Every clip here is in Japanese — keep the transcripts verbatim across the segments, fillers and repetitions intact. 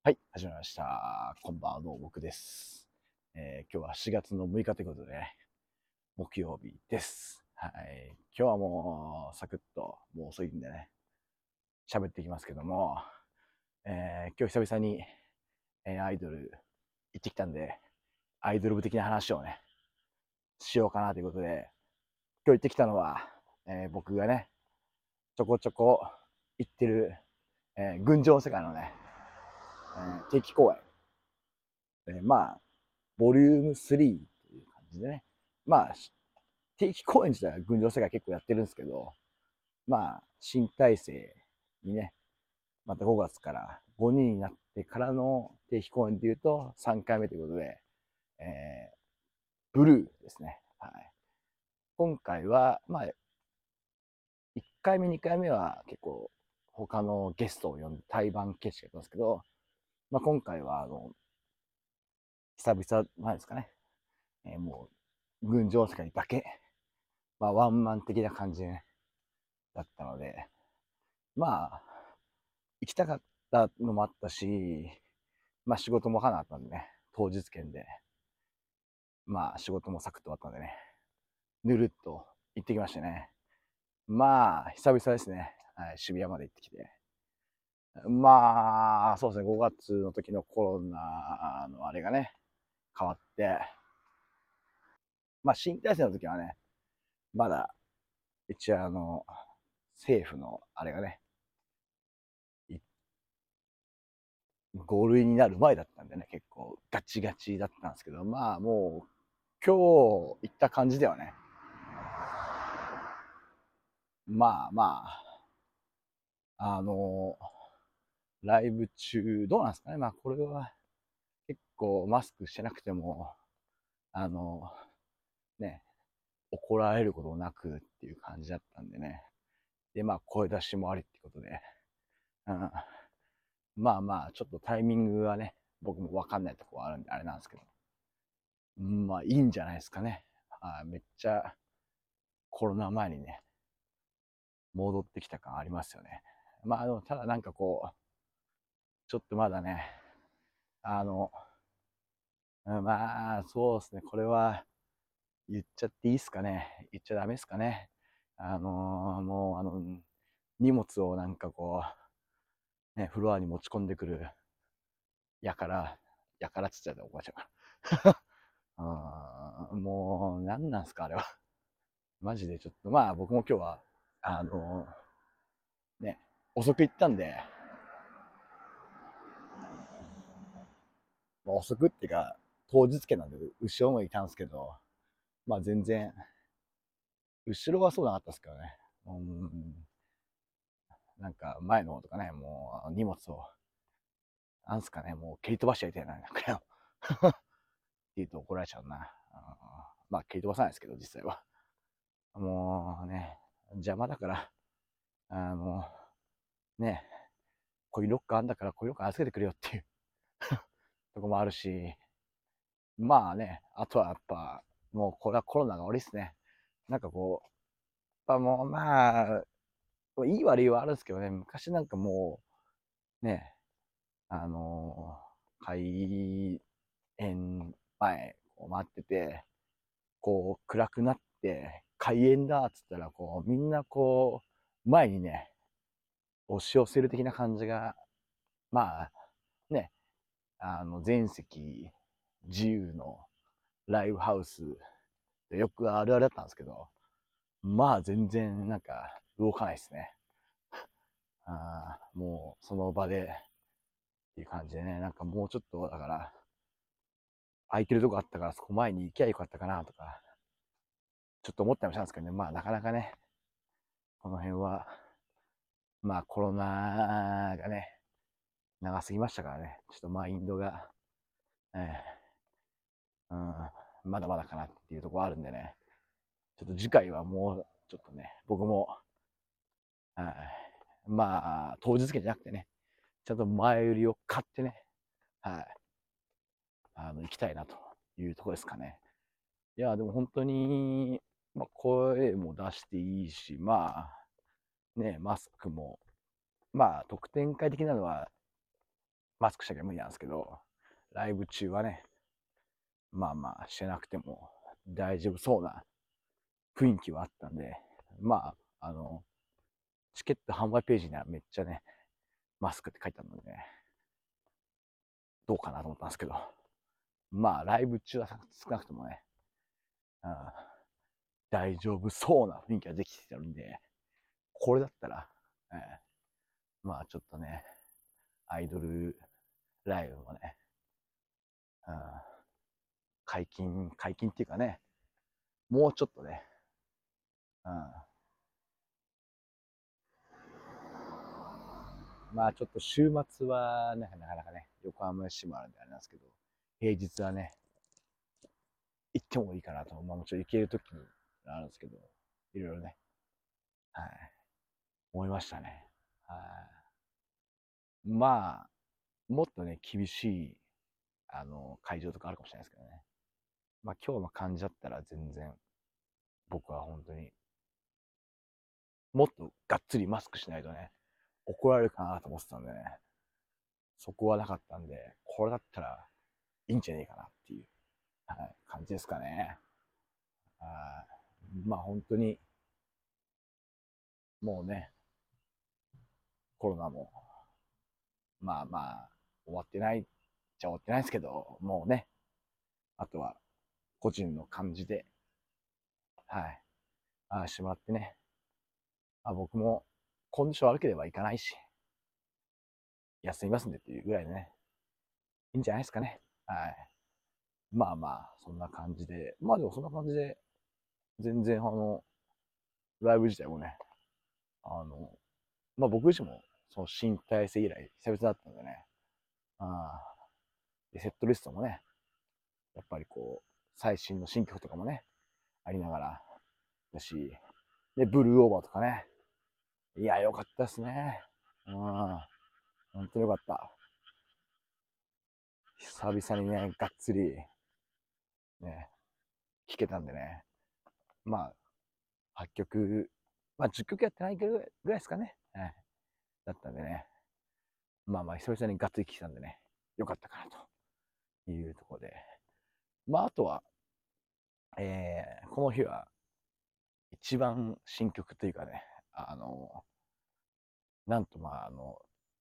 はい、始まりました。こんばんは、どうも僕です。えー今日はしがつのむいかということでね、木曜日です。はい。今日はもう、サクッと、もう遅いんでね、喋っていきますけども、えー今日久々に、えーアイドル行ってきたんで、アイドル部的な話をね、しようかなということで、今日行ってきたのは、えー僕がね、ちょこちょこ行ってる、えー群青世界のね、えー定期公演、えーまあ、ボリュームスリーという感じでね、まあ、定期公演自体は群青世界結構やってるんですけど、まあ、新体制にね、またごがつからごにんになってからの定期公演でいうとさんかいめということで、えー、ブルーですね。はい。今回は、まあ、いっかいめ、にかいめは結構他のゲストを呼んで対バン形式やったんですけど、まあ、今回はあの、久々なんですかね、えー、もう、群青世界だけ、まあ、ワンマン的な感じで、ね、だったので、まあ、行きたかったのもあったし、まあ仕事もかなあったんでね、当日券で、まあ仕事もサクッと終わったんでね、ぬるっと行ってきましたね。まあ、久々ですね。はい、渋谷まで行ってきて。まあ、そうですね、ごがつの時のコロナのあれがね、変わって、まあ新体制の時はね、まだ、一応あの、政府のあれがね、ご類になる前だったんでね、結構ガチガチだったんですけど、まあもう、今日行った感じではね、まあまあ、あの、ライブ中、どうなんですかね。まあこれは結構マスクしてなくても、あの、ね、怒られることなくっていう感じだったんでね。で、まあ声出しもありってことで、うん、まあまあ、ちょっとタイミングはね、僕もわかんないとこはあるんであれなんですけど、うん、まあいいんじゃないですかね。あめっちゃコロナ前にね、戻ってきた感ありますよね。まあでも、ただなんかこう、ちょっとまだね、あの、うん、まあ、そうですね、これは言っちゃっていいっすかね。言っちゃダメっすかね。あのーもう、あの、荷物をなんかこう、ね、フロアに持ち込んでくる、やから、やからっつっちゃったら怒られちゃうから。あーもう、なんなんすか、あれは。マジでちょっと、まあ僕も今日は、あのーね、遅く行ったんで、まあ、遅くっていうか、当日券なんで、後ろもいたんですけど、まあ全然、後ろはそうなかったですけどね。うん、なんか前の方とかね、もう荷物を、なんすかね、もう蹴り飛ばしちゃいたいな、なんかよ。って言うと怒られちゃうな。まあ蹴り飛ばさないですけど、実際は。もうね、邪魔だから、あの、ね、こういうロッカーあんだから、こういうロッカー預けてくれよっていうとこもあるし、まあね、あとはやっぱ、もうこれはコロナが悪いっすね。なんかこう、やっぱもうまあ、いい悪いはあるんですけどね、昔なんかもう、ね、あのー開演前、こう待ってて、こう暗くなって、開演だっつったら、こうみんなこう、前にね、押し寄せる的な感じが、まあ、ね、あの、全席自由のライブハウスでよくあるあるだったんですけど、まあ全然なんか動かないですね。あもうその場でっていう感じでね、なんかもうちょっとだから、空いてるとこあったからそこ前に行きゃよかったかなとか、ちょっと思ったりもしたんですけどね、まあなかなかね、この辺は、まあコロナがね、長すぎましたからね、ちょっとマインドが、えーうん、まだまだかなっていうところあるんでね、ちょっと次回はもうちょっとね、僕も、はい、まあ当日券じゃなくてね、ちゃんと前売りを買ってね、はい、あの行きたいなというところですかね。いや、でも本当に、まあ、声も出していいし、まあ、ね、マスクも、まあ、特典会的なのはマスクしなきゃ無理なんですけど、ライブ中はね、まあまあしてなくても大丈夫そうな雰囲気はあったんで、まあ、あの、チケット販売ページにはめっちゃね、マスクって書いてあるのでね、どうかなと思ったんですけど、まあライブ中は少なくともね、うん、大丈夫そうな雰囲気ができてるんで、これだったら、えー、まあちょっとね、アイドルライブもね、うん、解禁、解禁っていうかね、もうちょっとね、うん、まあちょっと週末はね、なかなかね、横浜市もあるんであれなんですけど、平日はね、行ってもいいかなと、まあもちろん行けるときにあるんですけど、いろいろね、はい、思いましたね。はい。まあ、もっとね、厳しい、あの、会場とかあるかもしれないですけどね。まあ今日の感じだったら全然、僕は本当に、もっとがっつりマスクしないとね、怒られるかなと思ってたんでね、そこはなかったんで、これだったらいいんじゃねえかなっていう、はい、感じですかね。あまあ本当に、もうね、コロナも、まあまあ、終わってないっちゃ終わってないですけど、もうね、あとは個人の感じで、はい、ああしてもらってね、あ僕もコンディション悪ければ行かないし、休みますんでっていうぐらいでね、いいんじゃないですかね。はい。まあまあ、そんな感じで、まあでもそんな感じで、全然あの、ライブ自体もね、あの、まあ僕自身も、その新体制以来、久々だったんでね、あでセットリストもね、やっぱりこう、最新の新曲とかもね、ありながら、だし、で、ブルーオーバーとかね、いや、よかったですね。うん、本当によかった。久々にね、がっつり、ね、弾けたんでね、まあ、はっきょく、まあじゅっきょくやってないぐらいですかね。はい。だったんでね、まあまあ、久々にがっつり聴いたんでね、よかったかなというところで。まあ、あとは、えー、この日は、一番新曲というかね、あの、なんとまあ、あの、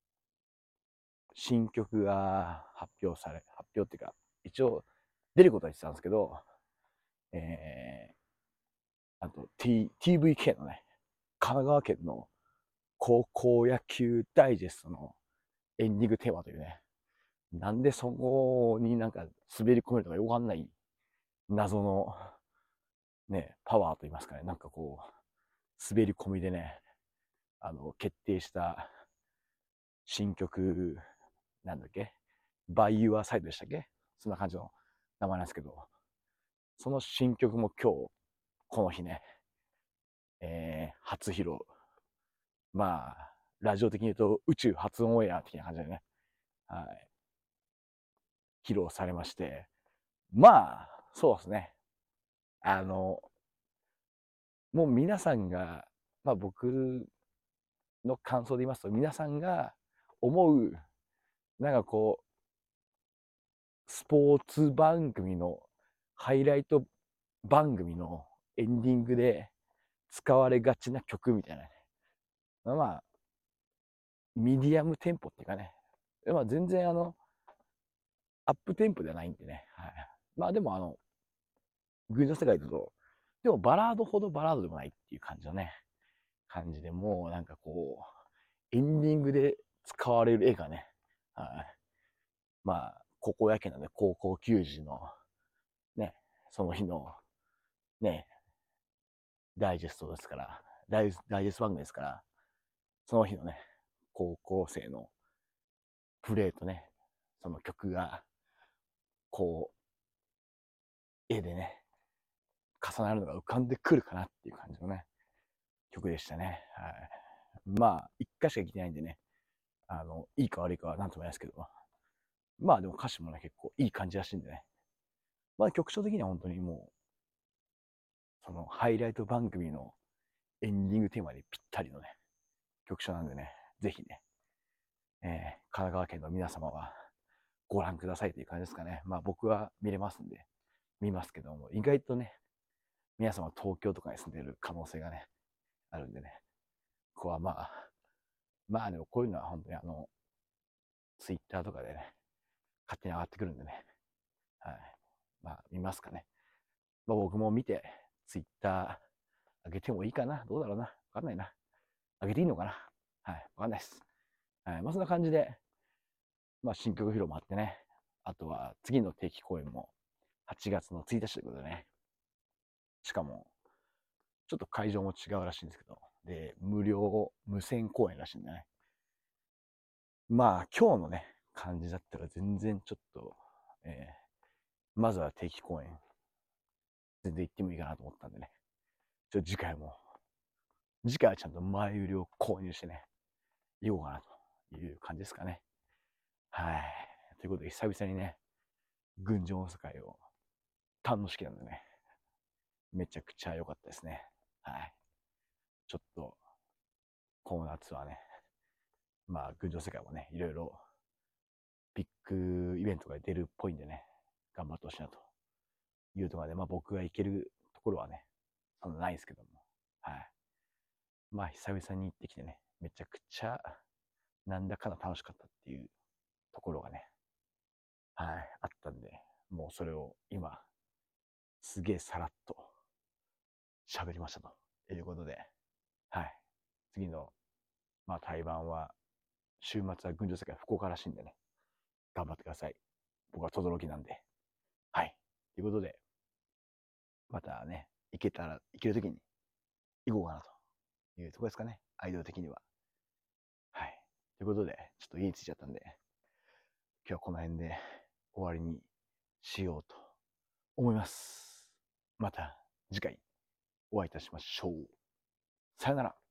新曲が発表され、発表っていうか、一応出ることは言ってたんですけど、えー、あと T、ティーブイケー のね、神奈川県の高校野球ダイジェストのエンディングテーマというね、なんでそこになんか滑り込めるとかよくわかんない謎のね、パワーと言いますかね、なんかこう、滑り込みでね、あの、決定した新曲、なんだっけ、バイユアサイドでしたっけ、そんな感じの名前なんですけど、その新曲も今日、この日ね、えー、初披露。まあ、ラジオ的に言うと宇宙初オンエア的な感じでね、はい、披露されまして、まあ、そうですね。あの、もう皆さんが、まあ僕の感想で言いますと、皆さんが思う、なんかこう、スポーツ番組のハイライト番組のエンディングで使われがちな曲みたいなね。まあ、ミディアムテンポっていうかね。まあ全然あの、アップテンポではないんでね。はい。まあでもあの、軍の世界だと、でもバラードほどバラードでもないっていう感じのね、感じでもうなんかこう、エンディングで使われる絵がね、はい。まあ、高校野球なんで高校球児のね、その日のね、ダイジェストですから、ダイダイジェスト番組ですから、その日のね、高校生のプレーとね、その曲が、こう、絵でね、重なるのが浮かんでくるかなっていう感じのね、曲でしたね。はい。まあ、一回しか聴いてないんでね、あの、いいか悪いかはなんとも言えないですけど、まあでも歌詞もね、結構いい感じらしいんでね。まあ曲調的には本当にもう、そのハイライト番組のエンディングテーマにぴったりのね、曲調なんでね、ぜひね、 えー、神奈川県の皆様はご覧くださいという感じですかね。まあ僕は見れますんで、見ますけども、意外とね、皆様東京とかに住んでいる可能性がね、あるんでね、ここはまあ、まあでもこういうのは本当にあの、ツイッターとかでね、勝手に上がってくるんでね、はい。まあ見ますかね。まあ僕も見て、ツイッター上げてもいいかな、どうだろうな、わかんないな。上げていいのかな、はい、わかんないです。はい。まあそんな感じで、まあ新曲披露もあってね、あとは次の定期公演もはちがつのついたちということでね、しかも、ちょっと会場も違うらしいんですけど、で、無料、無線公演らしいんでね。まあ、今日のね、感じだったら全然ちょっと、えー、まずは定期公演、全然行ってもいいかなと思ったんでね。ちょっと次回も、次回はちゃんと前売りを購入してね、行こうかなという感じですかね。はい。ということで、久々にね、群青の世界を堪能しきたんでね、めちゃくちゃ良かったですね。はい。ちょっと、この夏はね、まあ、群青世界もね、いろいろビッグイベントが出るっぽいんでね、頑張ってほしいなというところで、まあ僕が行けるところはね、そんなないですけども、はい。まあ久々に行ってきてね、めちゃくちゃなんだかんだ楽しかったっていうところがね、はい、あったんで、もうそれを今、すげえさらっと喋りましたということで、はい。次の、まあ対バンは、週末は群青世界福岡らしいんでね、頑張ってください。僕は轟なんで。はい。ということで、またね、行けたら、行けるときに行こうかなというところですかね。アイドル的には。はい。ということで、ちょっと家に着いちゃったんで、今日はこの辺で終わりにしようと思います。また次回お会いいたしましょう。さよなら。